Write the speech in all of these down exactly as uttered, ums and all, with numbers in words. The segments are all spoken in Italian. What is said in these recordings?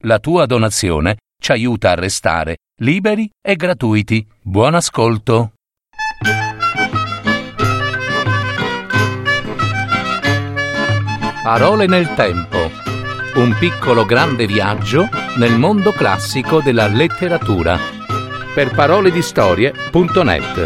La tua donazione ci aiuta a restare liberi e gratuiti. Buon ascolto! Parole nel tempo. Un piccolo grande viaggio nel mondo classico della letteratura. Per paroledistorie punto net.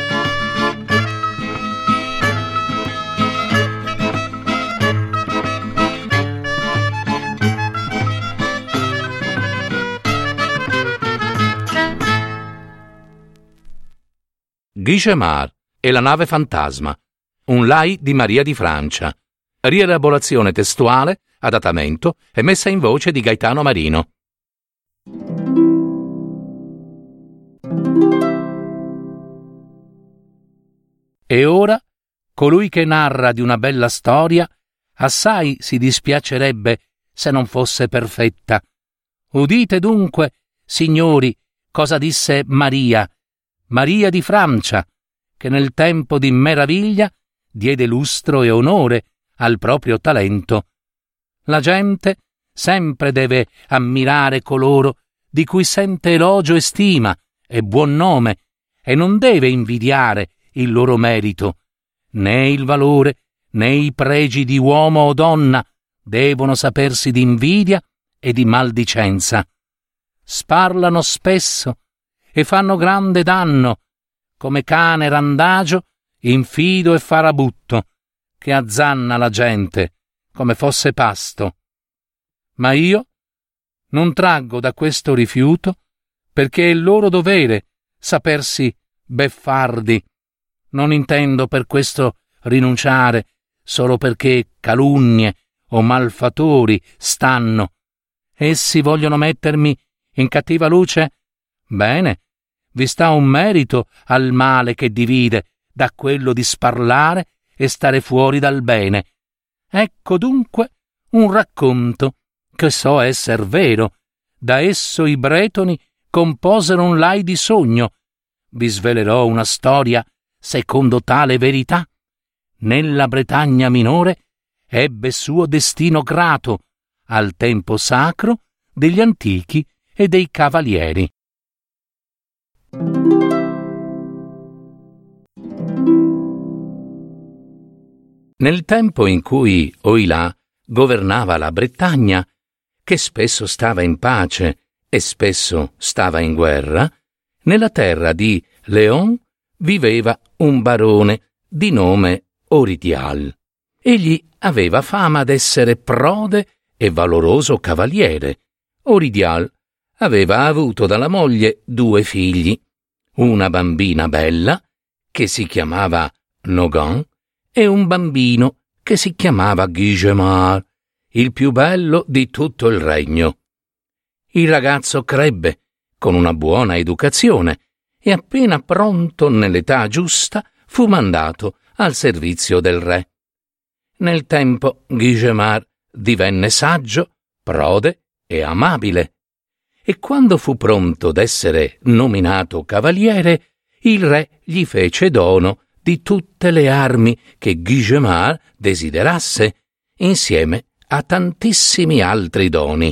Guigemar e la nave fantasma. Un lai di Maria di Francia. Rielaborazione testuale, adattamento e messa in voce di Gaetano Marino. E ora, colui che narra di una bella storia, assai si dispiacerebbe se non fosse perfetta. Udite dunque, signori, cosa disse Maria, Maria di Francia, che nel tempo di meraviglia diede lustro e onore al proprio talento. La gente sempre deve ammirare coloro di cui sente elogio e stima e buon nome, e non deve invidiare il loro merito. Né il valore né i pregi di uomo o donna devono sapersi di invidia e di maldicenza. Sparlano spesso e fanno grande danno, come cane randagio, infido e farabutto, che azzanna la gente come fosse pasto. Ma io non traggo da questo rifiuto, perché è il loro dovere sapersi beffardi. Non intendo per questo rinunciare solo perché calunnie o malfattori stanno. Essi vogliono mettermi in cattiva luce? Bene, vi sta un merito al male che divide da quello di sparlare e stare fuori dal bene. Ecco dunque un racconto che so esser vero. Da esso i bretoni composero un lai di sogno. Vi svelerò una storia secondo tale verità. Nella Bretagna minore ebbe suo destino grato al tempo sacro degli antichi e dei cavalieri. Nel tempo in cui Oilà governava la Bretagna, che spesso stava in pace e spesso stava in guerra, nella terra di Léon viveva un barone di nome Oridial. Egli aveva fama d'essere prode e valoroso cavaliere. Oridial aveva avuto dalla moglie due figli, una bambina bella, che si chiamava Nogan, e un bambino che si chiamava Guigemar, il più bello di tutto il regno. Il ragazzo crebbe con una buona educazione e appena pronto nell'età giusta fu mandato al servizio del re. Nel tempo Guigemar divenne saggio, prode e amabile, e quando fu pronto d'essere nominato cavaliere, il re gli fece dono di tutte le armi che Guigemar desiderasse, insieme a tantissimi altri doni.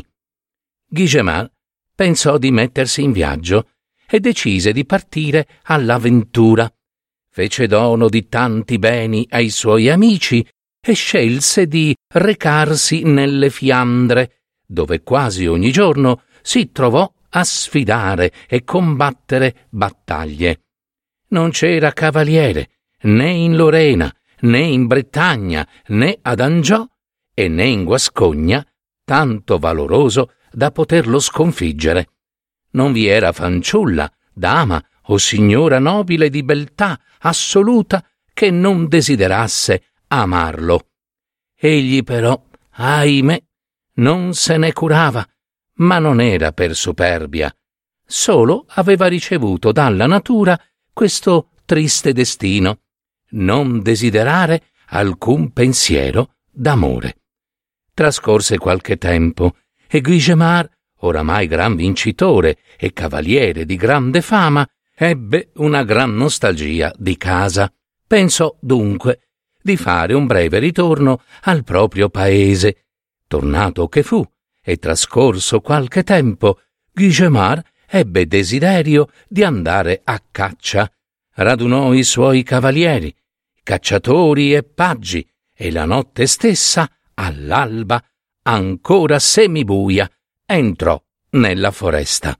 Guigemar pensò di mettersi in viaggio e decise di partire all'avventura. Fece dono di tanti beni ai suoi amici e scelse di recarsi nelle Fiandre, dove quasi ogni giorno si trovò a sfidare e combattere battaglie. Non c'era cavaliere né in Lorena, né in Bretagna, né ad Angiò e né in Guascogna tanto valoroso da poterlo sconfiggere. Non vi era fanciulla, dama o signora nobile di beltà assoluta che non desiderasse amarlo. Egli però, ahimè, non se ne curava, ma non era per superbia. Solo aveva ricevuto dalla natura questo triste destino: non desiderare alcun pensiero d'amore. Trascorse qualche tempo e Guigemar, oramai gran vincitore e cavaliere di grande fama, ebbe una gran nostalgia di casa. Pensò dunque di fare un breve ritorno al proprio paese. Tornato che fu e trascorso qualche tempo, Guigemar ebbe desiderio di andare a caccia. Radunò i suoi cavalieri, cacciatori e paggi, e la notte stessa, all'alba, ancora semibuia, entrò nella foresta.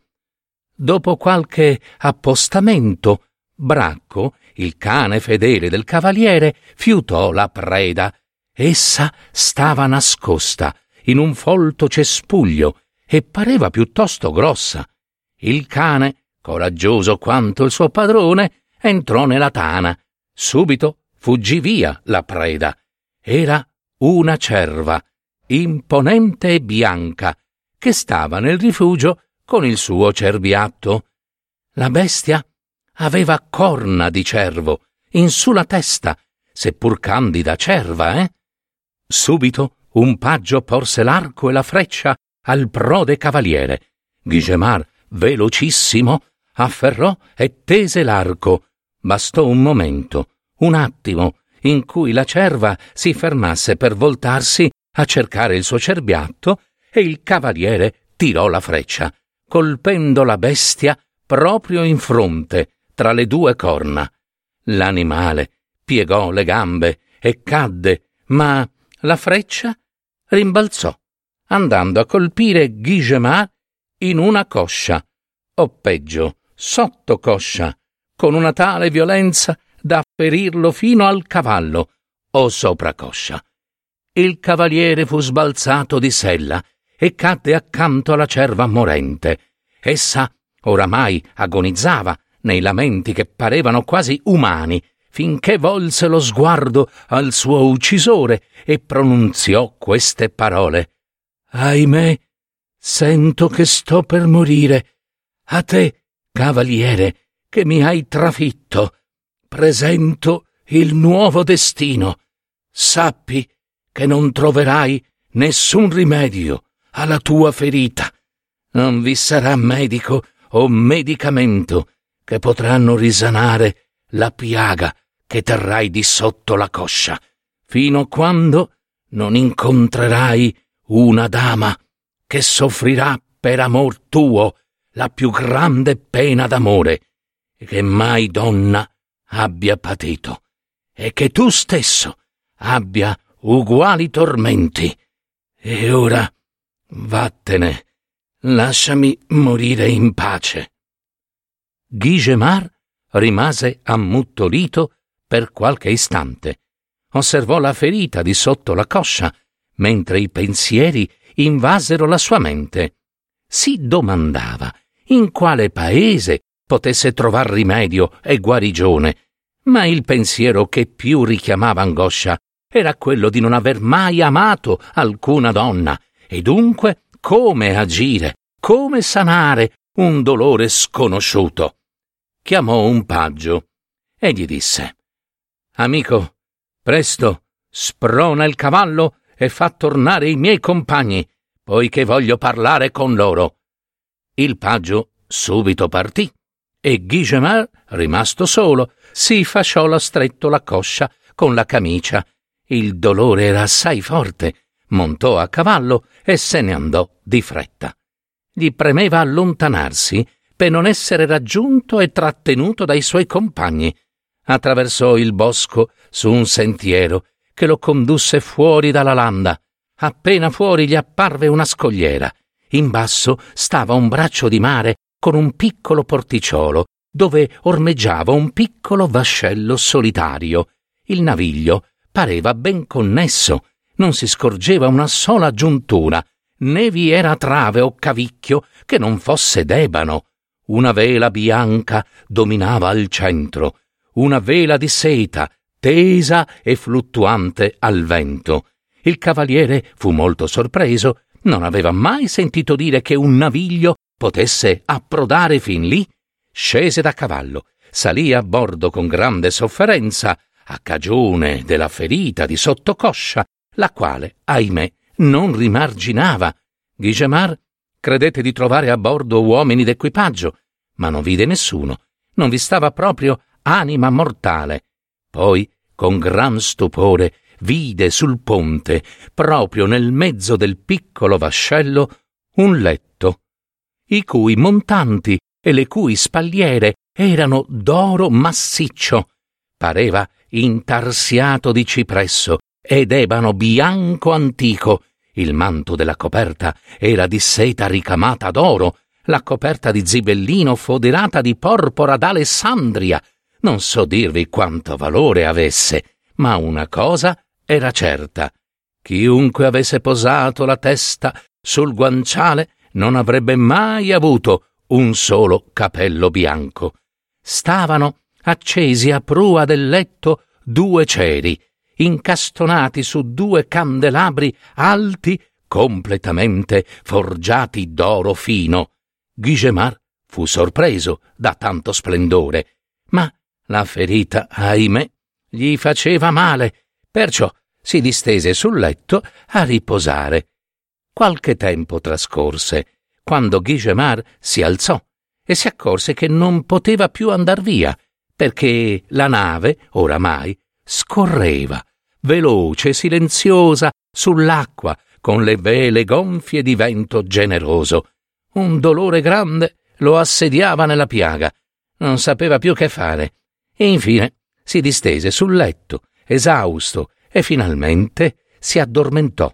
Dopo qualche appostamento, Bracco, il cane fedele del cavaliere, fiutò la preda. Essa stava nascosta in un folto cespuglio e pareva piuttosto grossa. Il cane, coraggioso quanto il suo padrone, entrò nella tana. Subito fuggì via la preda. Era una cerva, imponente e bianca, che stava nel rifugio con il suo cerbiatto. La bestia aveva corna di cervo in su la testa, seppur candida cerva, eh? Subito un paggio porse l'arco e la freccia al prode cavaliere. Guigemar, velocissimo, afferrò e tese l'arco. Bastò un momento, un attimo, in cui la cerva si fermasse per voltarsi a cercare il suo cerbiatto e il cavaliere tirò la freccia, colpendo la bestia proprio in fronte, tra le due corna. L'animale piegò le gambe e cadde, ma la freccia rimbalzò, andando a colpire Guigemar in una coscia, o peggio, sotto coscia, con una tale violenza da ferirlo fino al cavallo, o sopra coscia. Il cavaliere fu sbalzato di sella e cadde accanto alla cerva morente. Essa oramai agonizzava nei lamenti che parevano quasi umani, finché volse lo sguardo al suo uccisore e pronunziò queste parole: «Ahimè, sento che sto per morire. A te, cavaliere, che mi hai trafitto, presento il nuovo destino. Sappi che non troverai nessun rimedio alla tua ferita. Non vi sarà medico o medicamento che potranno risanare la piaga che terrai di sotto la coscia, fino a quando non incontrerai una dama che soffrirà per amor tuo la più grande pena d'amore che mai donna abbia patito, e che tu stesso abbia uguali tormenti. E ora vattene, lasciami morire in pace». Guigemar rimase ammutolito per qualche istante. Osservò la ferita di sotto la coscia, mentre i pensieri invasero la sua mente. Si domandava in quale paese potesse trovar rimedio e guarigione, ma il pensiero che più richiamava angoscia era quello di non aver mai amato alcuna donna, e dunque come agire, come sanare un dolore sconosciuto. Chiamò un paggio e gli disse: «Amico, presto, sprona il cavallo e fa tornare i miei compagni, poiché voglio parlare con loro». Il paggio subito partì e Guigemar, rimasto solo, si fasciò stretto la coscia con la camicia. Il dolore era assai forte, montò a cavallo e se ne andò di fretta. Gli premeva allontanarsi per non essere raggiunto e trattenuto dai suoi compagni. Attraversò il bosco su un sentiero che lo condusse fuori dalla landa. Appena fuori gli apparve una scogliera. In basso stava un braccio di mare con un piccolo porticciolo, dove ormeggiava un piccolo vascello solitario. Il naviglio pareva ben connesso, non si scorgeva una sola giuntura, né vi era trave o cavicchio che non fosse d'ebano. Una vela bianca dominava al centro, una vela di seta, tesa e fluttuante al vento. Il cavaliere fu molto sorpreso, non aveva mai sentito dire che un naviglio potesse approdare fin lì. Scese da cavallo, salì a bordo con grande sofferenza, a cagione della ferita di sottocoscia, la quale, ahimè, non rimarginava. Guigemar credette di trovare a bordo uomini d'equipaggio, ma non vide nessuno, non vi stava proprio anima mortale. Poi, con gran stupore, vide sul ponte, proprio nel mezzo del piccolo vascello, un letto, i cui montanti e le cui spalliere erano d'oro massiccio, pareva intarsiato di cipresso ed ebano bianco antico. Il manto della coperta era di seta ricamata d'oro, la coperta di zibellino foderata di porpora d'Alessandria. Non so dirvi quanto valore avesse, ma una cosa era certa: chiunque avesse posato la testa sul guanciale non avrebbe mai avuto un solo capello bianco. Stavano accesi a prua del letto due ceri, incastonati su due candelabri alti completamente forgiati d'oro fino. Guigemar fu sorpreso da tanto splendore, ma la ferita, ahimè, gli faceva male, perciò si distese sul letto a riposare. Qualche tempo trascorse, quando Guigemar si alzò e si accorse che non poteva più andar via, perché la nave, oramai, scorreva, veloce e silenziosa, sull'acqua, con le vele gonfie di vento generoso. Un dolore grande lo assediava nella piaga, non sapeva più che fare, e infine si distese sul letto, esausto, e finalmente si addormentò.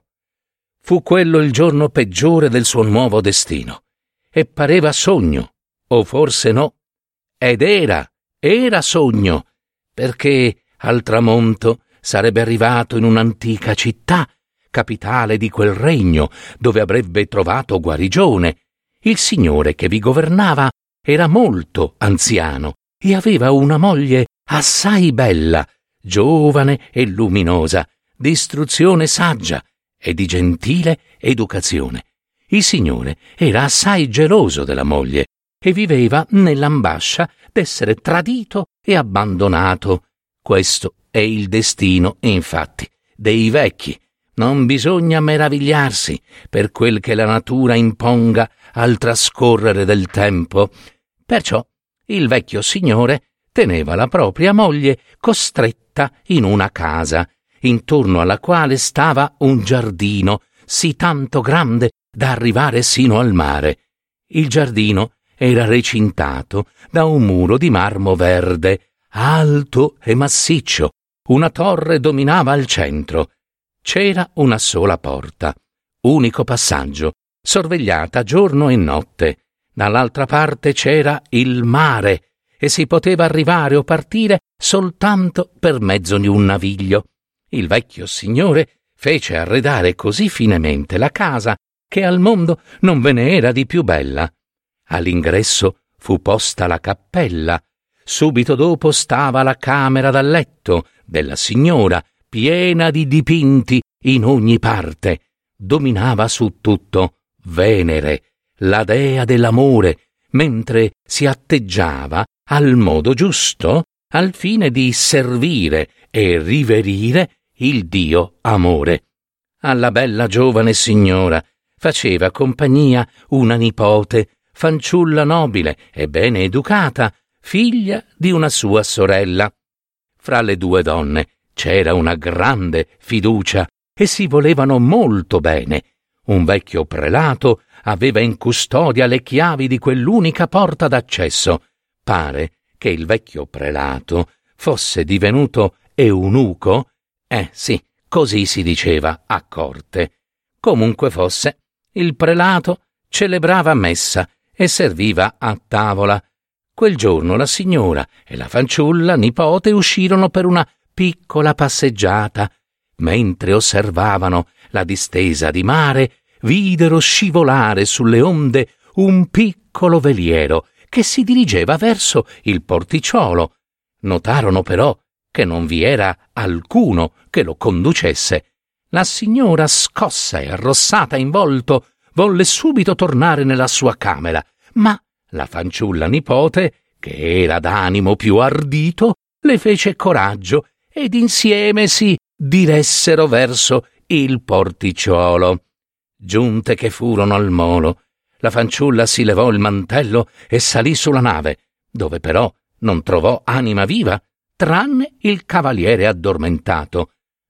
Fu quello il giorno peggiore del suo nuovo destino, e pareva sogno, o forse no, ed era, era sogno, perché al tramonto sarebbe arrivato in un'antica città, capitale di quel regno, dove avrebbe trovato guarigione. Il signore che vi governava era molto anziano e aveva una moglie assai bella, giovane e luminosa, di istruzione saggia e di gentile educazione. Il signore era assai geloso della moglie e viveva nell'ambascia d'essere tradito e abbandonato. Questo è il destino, infatti, dei vecchi. Non bisogna meravigliarsi per quel che la natura imponga al trascorrere del tempo. Perciò il vecchio signore teneva la propria moglie costretta in una casa, intorno alla quale stava un giardino sì tanto grande da arrivare sino al mare. Il giardino era recintato da un muro di marmo verde, alto e massiccio. Una torre dominava al centro. C'era una sola porta, unico passaggio, sorvegliata giorno e notte. Dall'altra parte c'era il mare e si poteva arrivare o partire soltanto per mezzo di un naviglio. Il vecchio signore fece arredare così finemente la casa che al mondo non ve ne era di più bella. All'ingresso fu posta la cappella. Subito dopo stava la camera da letto della signora, piena di dipinti in ogni parte. Dominava su tutto Venere, la dea dell'amore, mentre si atteggiava al modo giusto al fine di servire e riverire il dio amore. Alla bella giovane signora faceva compagnia una nipote, fanciulla nobile e bene educata, figlia di una sua sorella. Fra le due donne c'era una grande fiducia e si volevano molto bene. Un vecchio prelato aveva in custodia le chiavi di quell'unica porta d'accesso. Pare che il vecchio prelato fosse divenuto eunuco, eh sì, così si diceva a corte. Comunque fosse, il prelato celebrava messa e serviva a tavola. Quel giorno la signora e la fanciulla nipote uscirono per una piccola passeggiata. Mentre osservavano la distesa di mare, videro scivolare sulle onde un piccolo veliero che si dirigeva verso il porticciolo. Notarono però che non vi era alcuno che lo conducesse. La signora, scossa e arrossata in volto, volle subito tornare nella sua camera, ma la fanciulla nipote, che era d'animo più ardito, le fece coraggio ed insieme si diressero verso il porticciolo. Giunte che furono al molo, la fanciulla si levò il mantello e salì sulla nave, dove però non trovò anima viva, tranne il cavaliere addormentato.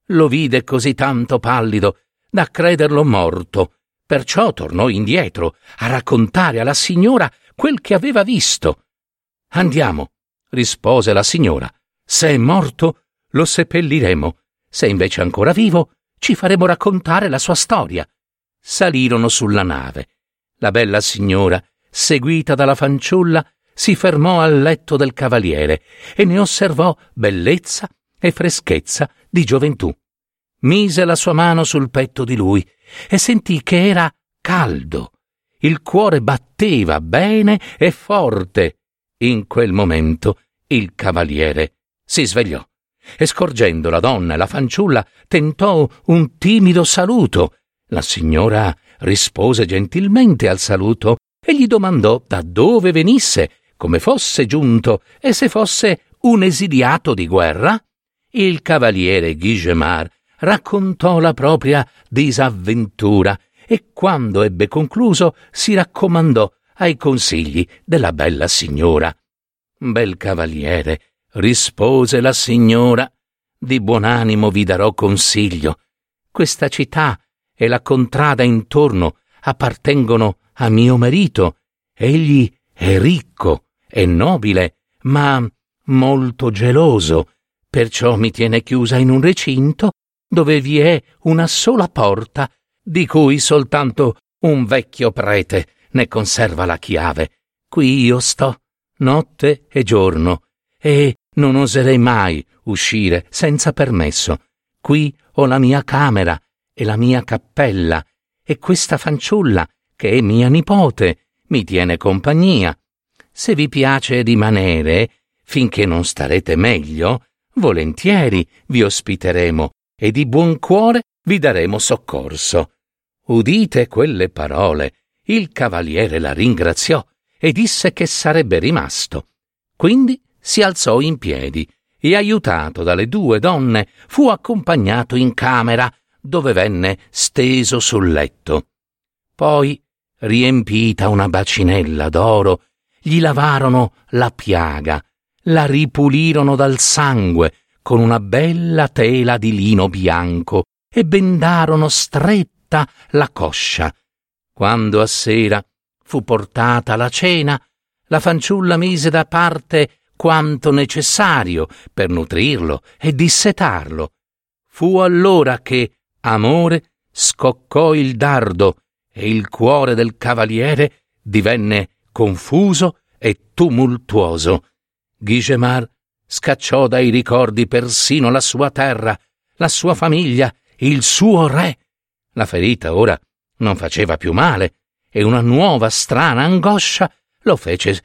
lo vide così tanto pallido da crederlo morto. Perciò tornò indietro a raccontare alla signora quel che aveva visto. «Andiamo», rispose la signora. «Se è morto, lo seppelliremo. Se invece è ancora vivo, ci faremo raccontare la sua storia». Salirono sulla nave. La bella signora, seguita dalla fanciulla, si fermò al letto del cavaliere e ne osservò bellezza e freschezza di gioventù. Mise la sua mano sul petto di lui e sentì che era caldo. Il cuore batteva bene e forte. In quel momento il cavaliere si svegliò e, scorgendo la donna e la fanciulla, tentò un timido saluto. La signora rispose gentilmente al saluto e gli domandò da dove venisse, come fosse giunto e se fosse un esiliato di guerra. Il cavaliere Guigemar raccontò la propria disavventura e, quando ebbe concluso, si raccomandò ai consigli della bella signora. «Bel cavaliere», rispose la signora, «di buon animo vi darò consiglio. Questa città e la contrada intorno appartengono a mio marito. Egli è ricco e nobile, ma molto geloso, perciò mi tiene chiusa in un recinto dove vi è una sola porta, di cui soltanto un vecchio prete ne conserva la chiave. Qui io sto, notte e giorno, e non oserei mai uscire senza permesso. Qui ho la mia camera e la mia cappella, e questa fanciulla, che è mia nipote, mi tiene compagnia. Se vi piace rimanere, finché non starete meglio, volentieri vi ospiteremo e di buon cuore vi daremo soccorso». Udite quelle parole, il cavaliere la ringraziò e disse che sarebbe rimasto. Quindi si alzò in piedi e, aiutato dalle due donne, fu accompagnato in camera, dove venne steso sul letto. Poi, riempita una bacinella d'oro, gli lavarono la piaga, la ripulirono dal sangue con una bella tela di lino bianco e bendarono stretta la coscia. Quando a sera fu portata la cena, la fanciulla mise da parte quanto necessario per nutrirlo e dissetarlo. Fu allora che amore scoccò il dardo e il cuore del cavaliere divenne confuso e tumultuoso. Guigemar scacciò dai ricordi persino la sua terra, la sua famiglia, il suo re. La ferita ora non faceva più male e una nuova strana angoscia lo fece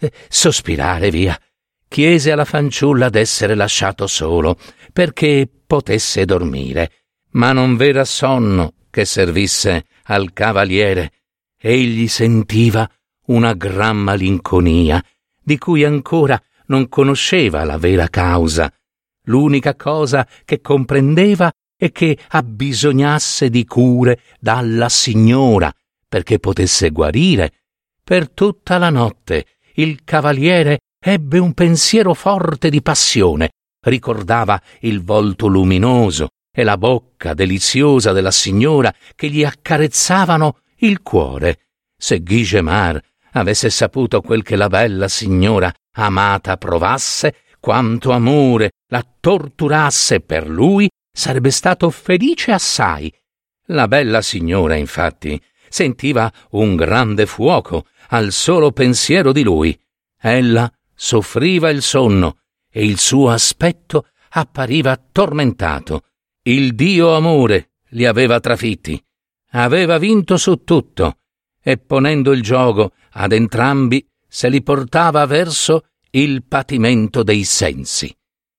sospirare via. Chiese alla fanciulla d'essere lasciato solo perché potesse dormire, ma non v'era sonno che servisse al cavaliere. Egli sentiva una gran malinconia di cui ancora non conosceva la vera causa. L'unica cosa che comprendeva è che abbisognasse di cure dalla signora perché potesse guarire. Per tutta la notte il cavaliere ebbe un pensiero forte di passione. Ricordava il volto luminoso e la bocca deliziosa della signora che gli accarezzavano il cuore. Se Guigemar avesse saputo quel che la bella signora amata provasse, quanto amore la torturasse per lui, sarebbe stato felice assai. La bella signora, infatti, sentiva un grande fuoco al solo pensiero di lui. Ella soffriva il sonno e il suo aspetto appariva tormentato. Il dio amore li aveva trafitti, aveva vinto su tutto e, ponendo il giogo ad entrambi, se li portava verso il patimento dei sensi.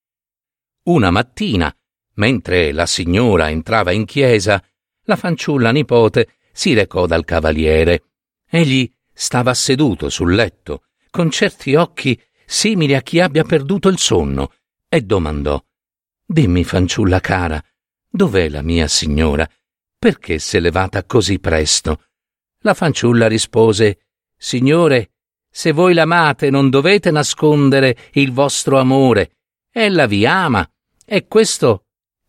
Una mattina, mentre la signora entrava in chiesa, la fanciulla nipote si recò dal cavaliere. Egli stava seduto sul letto, con certi occhi simili a chi abbia perduto il sonno, e domandò: «Dimmi, fanciulla cara, dov'è la mia signora? Perché s'è levata così presto?» La fanciulla rispose: «Signore, se voi l'amate non dovete nascondere il vostro amore. Ella vi ama, e questo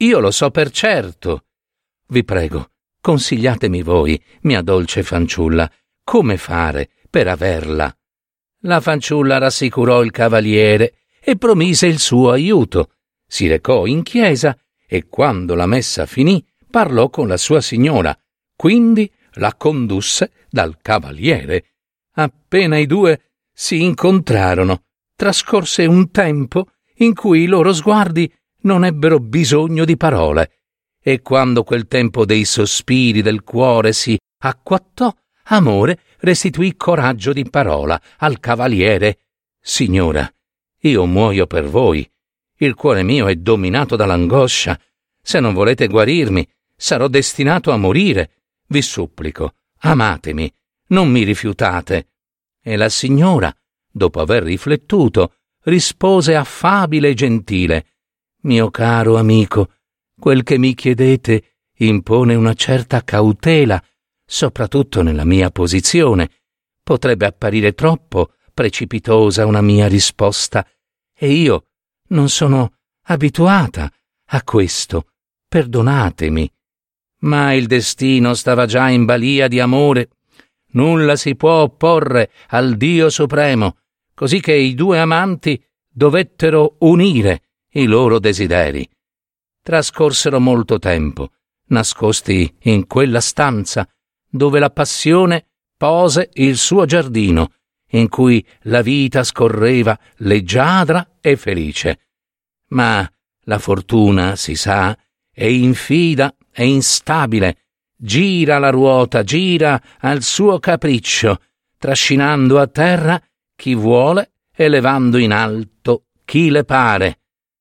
io lo so per certo. Vi prego, consigliatemi voi, mia dolce fanciulla, come fare per averla. La fanciulla rassicurò il cavaliere e promise il suo aiuto. Si recò in chiesa e quando la messa finì parlò con la sua signora, quindi la condusse dal cavaliere. Appena i due si incontrarono, trascorse un tempo in cui i loro sguardi non ebbero bisogno di parole, e quando quel tempo dei sospiri del cuore si acquattò, amore restituì coraggio di parola al cavaliere. Signora, io muoio per voi. Il cuore mio è dominato dall'angoscia. Se non volete guarirmi, sarò destinato a morire. Vi supplico, amatemi, non mi rifiutate. E la signora, dopo aver riflettuto, rispose affabile e gentile: mio caro amico, quel che mi chiedete impone una certa cautela, soprattutto nella mia posizione. Potrebbe apparire troppo precipitosa una mia risposta, e io non sono abituata a questo. Perdonatemi. Ma il destino stava già in balia di amore. Nulla si può opporre al Dio Supremo, così che i due amanti dovettero unire i loro desideri. Trascorsero molto tempo, nascosti in quella stanza dove la passione pose il suo giardino, in cui la vita scorreva leggiadra e felice. Ma la fortuna, si sa, è infida e instabile, gira la ruota, gira al suo capriccio, trascinando a terra chi vuole e levando in alto chi le pare.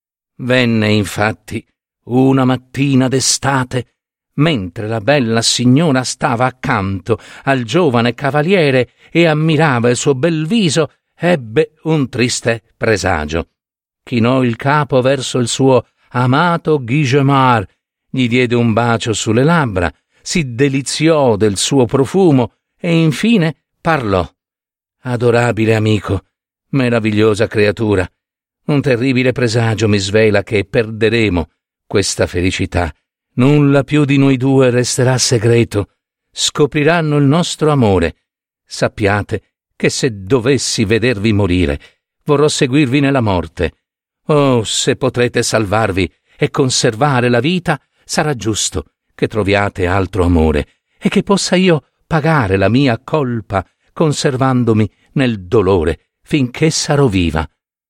Venne infatti una mattina d'estate, mentre la bella signora stava accanto al giovane cavaliere e ammirava il suo bel viso, ebbe un triste presagio. Chinò il capo verso il suo amato Guigemar, gli diede un bacio sulle labbra, si deliziò del suo profumo e infine parlò. Adorabile amico, meravigliosa creatura, un terribile presagio mi svela che perderemo questa felicità. Nulla più di noi due resterà segreto. Scopriranno il nostro amore. Sappiate che se dovessi vedervi morire, vorrò seguirvi nella morte. Oh, se potrete salvarvi e conservare la vita, sarà giusto che troviate altro amore e che possa io pagare la mia colpa conservandomi nel dolore finché sarò viva.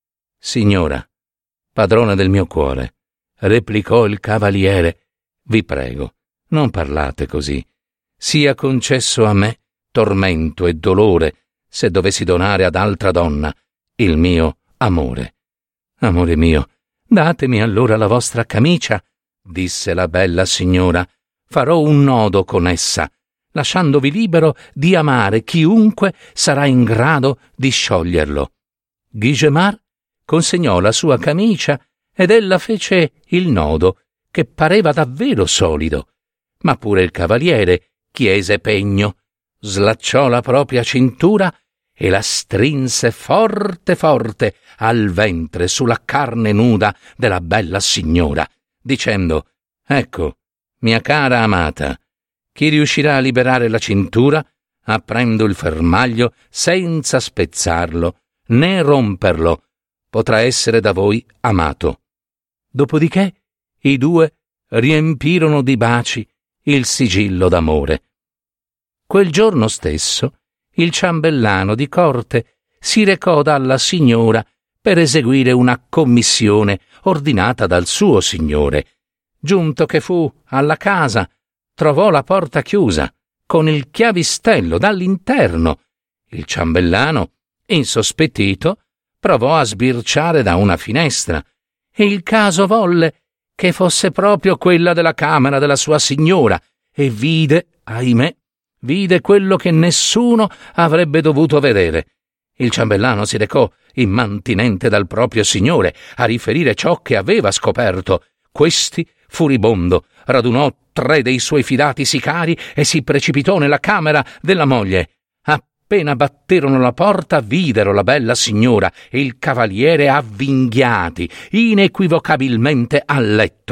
Signora, padrona del mio cuore, replicò il cavaliere, vi prego, non parlate così. Sia concesso a me tormento e dolore se dovessi donare ad altra donna il mio amore. Amore mio, datemi allora la vostra camicia, disse la bella signora. Farò un nodo con essa, lasciandovi libero di amare chiunque sarà in grado di scioglierlo. Guigemar consegnò la sua camicia ed ella fece il nodo, che pareva davvero solido. Ma pure il cavaliere chiese pegno, slacciò la propria cintura e la strinse forte forte al ventre sulla carne nuda della bella signora, dicendo: «Ecco, mia cara amata, chi riuscirà a liberare la cintura, aprendo il fermaglio senza spezzarlo né romperlo, potrà essere da voi amato». Dopodiché i due riempirono di baci il sigillo d'amore. Quel giorno stesso il ciambellano di corte si recò dalla signora per eseguire una commissione ordinata dal suo signore. Giunto che fu alla casa, trovò la porta chiusa, con il chiavistello dall'interno. Il ciambellano, insospettito, provò a sbirciare da una finestra, e il caso volle che fosse proprio quella della camera della sua signora, e vide, ahimè, vide quello che nessuno avrebbe dovuto vedere. Il ciambellano si recò immantinente dal proprio signore a riferire ciò che aveva scoperto. Questi, furibondo, radunò tre dei suoi fidati sicari e si precipitò nella camera della moglie. Appena batterono la porta, videro la bella signora e il cavaliere avvinghiati, inequivocabilmente a letto.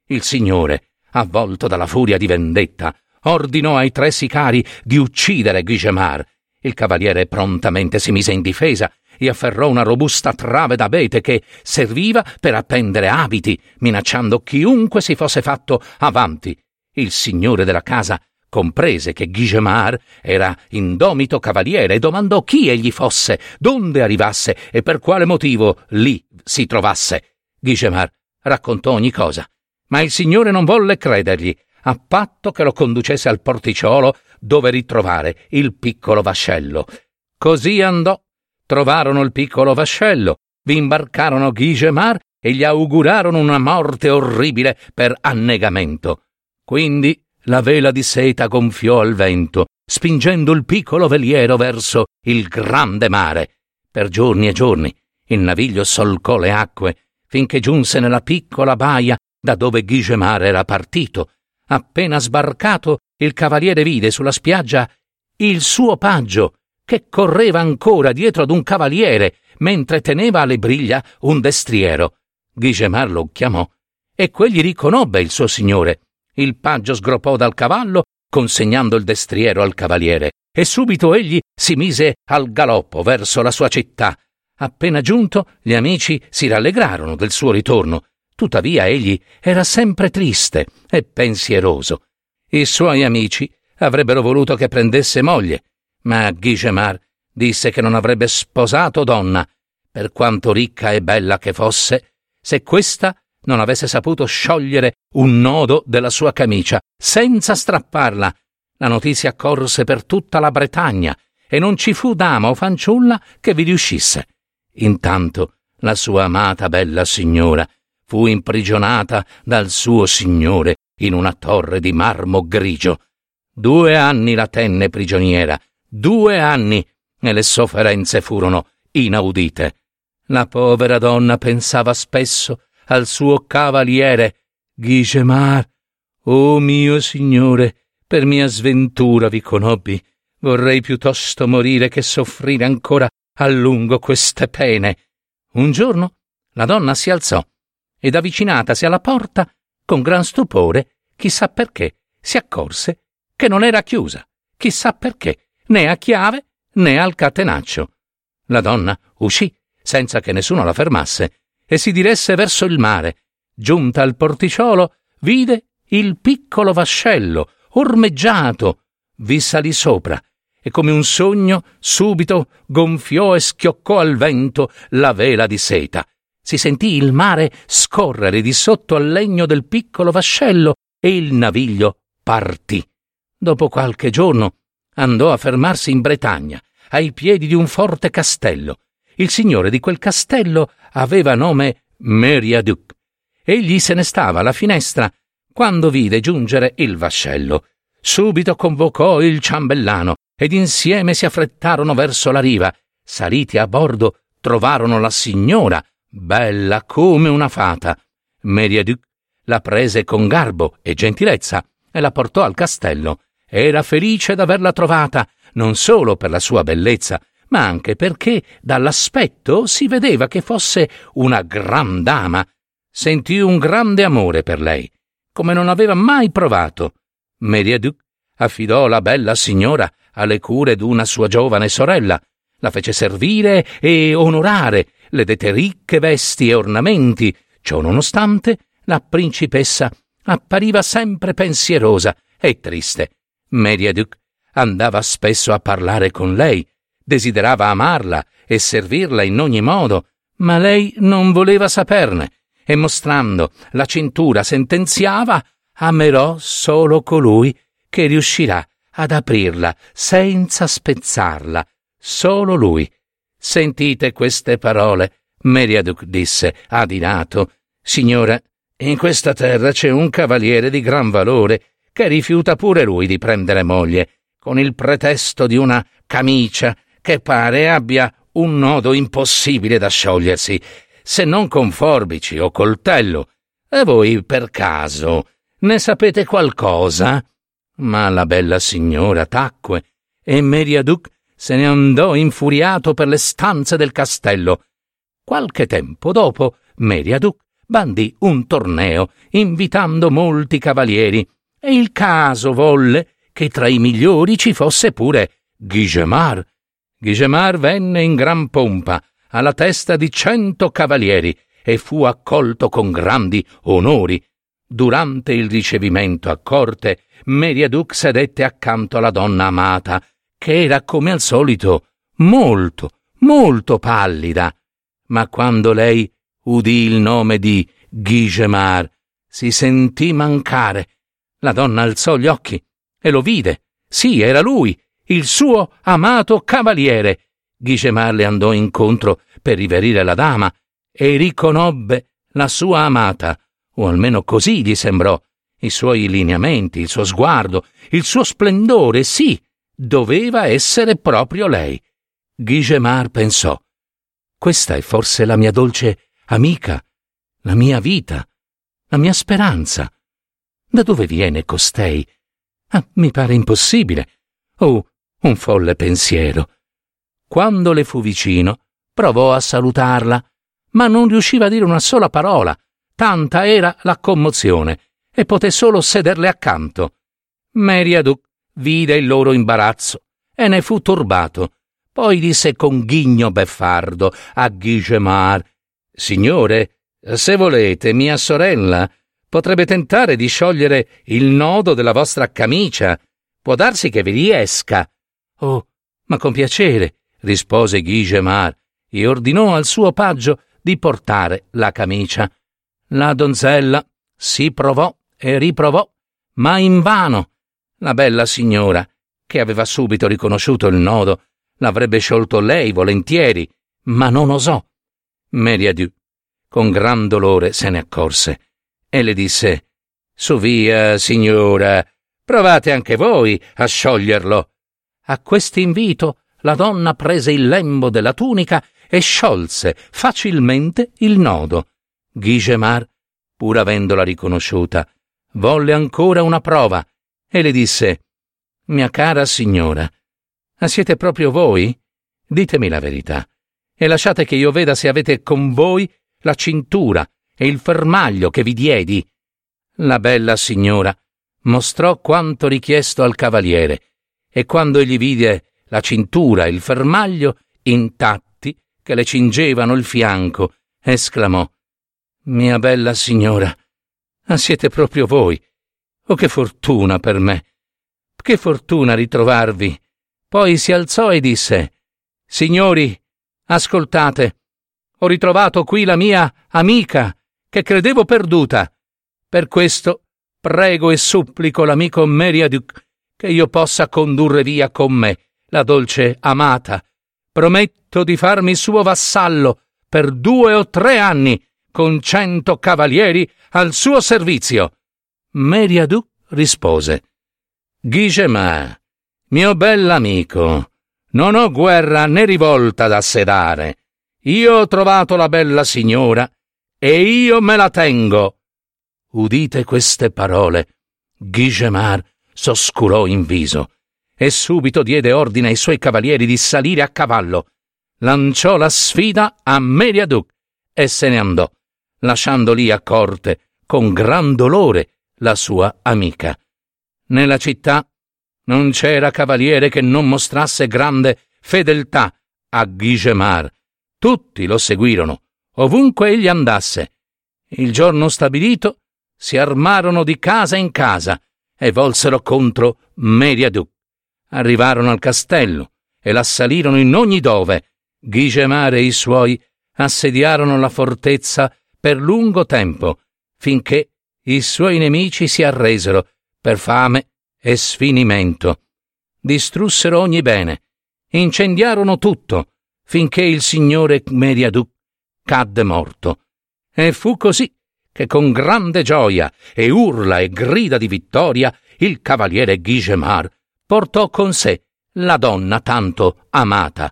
Il signore, avvolto dalla furia di vendetta, ordinò ai tre sicari di uccidere Guigemar. Il cavaliere prontamente si mise in difesa e afferrò una robusta trave d'abete che serviva per appendere abiti, minacciando chiunque si fosse fatto avanti. Il signore della casa comprese che Guigemar era indomito cavaliere e domandò chi egli fosse, donde arrivasse e per quale motivo lì si trovasse. Guigemar raccontò ogni cosa, ma il signore non volle credergli, a patto che lo conducesse al porticciolo dove ritrovare il piccolo vascello. Così andò. Trovarono il piccolo vascello, vi imbarcarono Guigemar e gli augurarono una morte orribile per annegamento. Quindi la vela di seta gonfiò al vento, spingendo il piccolo veliero verso il grande mare. Per giorni e giorni il naviglio solcò le acque, finché giunse nella piccola baia da dove Guigemar era partito. Appena sbarcato, il cavaliere vide sulla spiaggia il suo paggio, che correva ancora dietro ad un cavaliere, mentre teneva alle briglia un destriero. Guigemar lo chiamò, e quegli riconobbe il suo signore. Il paggio sgroppò dal cavallo, consegnando il destriero al cavaliere, e subito egli si mise al galoppo verso la sua città. Appena giunto, gli amici si rallegrarono del suo ritorno. Tuttavia egli era sempre triste e pensieroso. I suoi amici avrebbero voluto che prendesse moglie, ma Guigemar disse che non avrebbe sposato donna, per quanto ricca e bella che fosse, se questa non avesse saputo sciogliere un nodo della sua camicia senza strapparla. La notizia corse per tutta la Bretagna e non ci fu dama o fanciulla che vi riuscisse. Intanto la sua amata bella signora fu imprigionata dal suo signore in una torre di marmo grigio. Due anni la tenne prigioniera, due anni, e le sofferenze furono inaudite. La povera donna pensava spesso al suo cavaliere. Guigemar, o mio signore, per mia sventura vi conobbi. Vorrei piuttosto morire che soffrire ancora a lungo queste pene. Un giorno la donna si alzò ed avvicinatasi alla porta, con gran stupore, chissà perché, si accorse che non era chiusa, chissà perché, né a chiave né al catenaccio. La donna uscì senza che nessuno la fermasse e si diresse verso il mare. Giunta al porticciolo, vide il piccolo vascello ormeggiato. Vi salì sopra e come un sogno subito gonfiò e schioccò al vento la vela di seta. Si sentì il mare scorrere di sotto al legno del piccolo vascello e il naviglio partì. Dopo qualche giorno andò a fermarsi in Bretagna, ai piedi di un forte castello. Il signore di quel castello aveva nome Meriaduc. Egli se ne stava alla finestra quando vide giungere il vascello. Subito convocò il ciambellano ed insieme si affrettarono verso la riva. Saliti a bordo, trovarono la signora, bella come una fata. Meriaduc la prese con garbo e gentilezza e la portò al castello. Era felice d'averla trovata, non solo per la sua bellezza, ma anche perché dall'aspetto si vedeva che fosse una gran dama. Sentì un grande amore per lei, come non aveva mai provato. Meriaduc affidò la bella signora alle cure d'una sua giovane sorella, la fece servire e onorare, le dette ricche vesti e ornamenti. Ciò nonostante, la principessa appariva sempre pensierosa e triste. Meriaduc andava spesso a parlare con lei, desiderava amarla e servirla in ogni modo, ma lei non voleva saperne e mostrando la cintura sentenziava: amerò solo colui che riuscirà ad aprirla senza spezzarla, solo lui. Sentite queste parole, Meriaduc disse, adirato. Signora, in questa terra c'è un cavaliere di gran valore che rifiuta pure lui di prendere moglie, con il pretesto di una camicia che pare abbia un nodo impossibile da sciogliersi, se non con forbici o coltello. E voi, per caso, ne sapete qualcosa? Ma la bella signora tacque e Meriaduc se ne andò infuriato per le stanze del castello. Qualche tempo dopo, Meriaduc bandì un torneo, invitando molti cavalieri, e il caso volle che tra i migliori ci fosse pure Guigemar. Guigemar venne in gran pompa, alla testa di cento cavalieri, e fu accolto con grandi onori. Durante il ricevimento a corte, Meriaduc sedette accanto alla donna amata, che era come al solito molto, molto pallida. Ma quando lei udì il nome di Guigemar, si sentì mancare. La donna alzò gli occhi e lo vide. Sì, era lui, il suo amato cavaliere. Guigemar le andò incontro per riverire la dama e riconobbe la sua amata, o almeno così gli sembrò. I suoi lineamenti, il suo sguardo, il suo splendore, sì, doveva essere proprio lei. Guigemar pensò: questa è forse la mia dolce amica, la mia vita, la mia speranza. Da dove viene costei? Ah, mi pare impossibile. Oh, un folle pensiero. Quando le fu vicino, provò a salutarla, ma non riusciva a dire una sola parola, tanta era la commozione, e poté solo sederle accanto. Meriaduc vide il loro imbarazzo e ne fu turbato. Poi disse con ghigno beffardo a Guigemar: «Signore, se volete, mia sorella potrebbe tentare di sciogliere il nodo della vostra camicia. Può darsi che vi riesca». «Oh, ma con piacere», rispose Guigemar, e ordinò al suo paggio di portare la camicia. La donzella si provò e riprovò, ma invano. La bella signora, che aveva subito riconosciuto il nodo, l'avrebbe sciolto lei volentieri, ma non osò. Meriaduc, con gran dolore, se ne accorse e le disse: «Su via, signora, provate anche voi a scioglierlo». A quest'invito la donna prese il lembo della tunica e sciolse facilmente il nodo. Guigemar, pur avendola riconosciuta, volle ancora una prova e le disse: «Mia cara signora, siete proprio voi? Ditemi la verità e lasciate che io veda se avete con voi la cintura e il fermaglio che vi diedi». La bella signora mostrò quanto richiesto al cavaliere, e quando egli vide la cintura e il fermaglio intatti che le cingevano il fianco, esclamò: «Mia bella signora, siete proprio voi! Oh, che fortuna per me! Che fortuna ritrovarvi!» Poi si alzò e disse: «Signori, ascoltate, ho ritrovato qui la mia amica, che credevo perduta. Per questo prego e supplico l'amico Meriaduc che io possa condurre via con me la dolce amata. Prometto di farmi suo vassallo per due o tre anni, con cento cavalieri al suo servizio». Meriaduc rispose: «Guigemar, mio bell'amico, non ho guerra né rivolta da sedare. Io ho trovato la bella signora e io me la tengo». Udite queste parole, Guigemar s'oscurò in viso e subito diede ordine ai suoi cavalieri di salire a cavallo. Lanciò la sfida a Meriaduc e se ne andò, lasciando lì a corte con gran dolore la sua amica. Nella città non c'era cavaliere che non mostrasse grande fedeltà a Guigemar. Tutti lo seguirono, ovunque egli andasse. Il giorno stabilito si armarono di casa in casa e volsero contro Meriaduc. Arrivarono al castello e l'assalirono in ogni dove. Guigemar e i suoi assediarono la fortezza per lungo tempo, finché i suoi nemici si arresero per fame e sfinimento. Distrussero ogni bene, incendiarono tutto, finché il signore Meriaduc cadde morto. E fu così che con grande gioia e urla e grida di vittoria il cavaliere Guigemar portò con sé la donna tanto amata.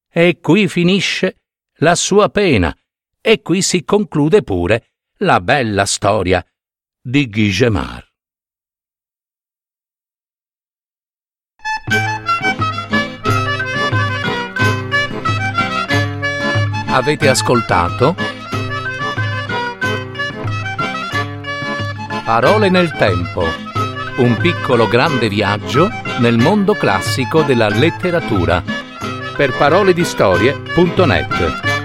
E qui finisce la sua pena, e qui si conclude pure la bella storia di Guigemar. Avete ascoltato Parole nel tempo. Un piccolo grande viaggio nel mondo classico della letteratura. Per paroledistorie punto net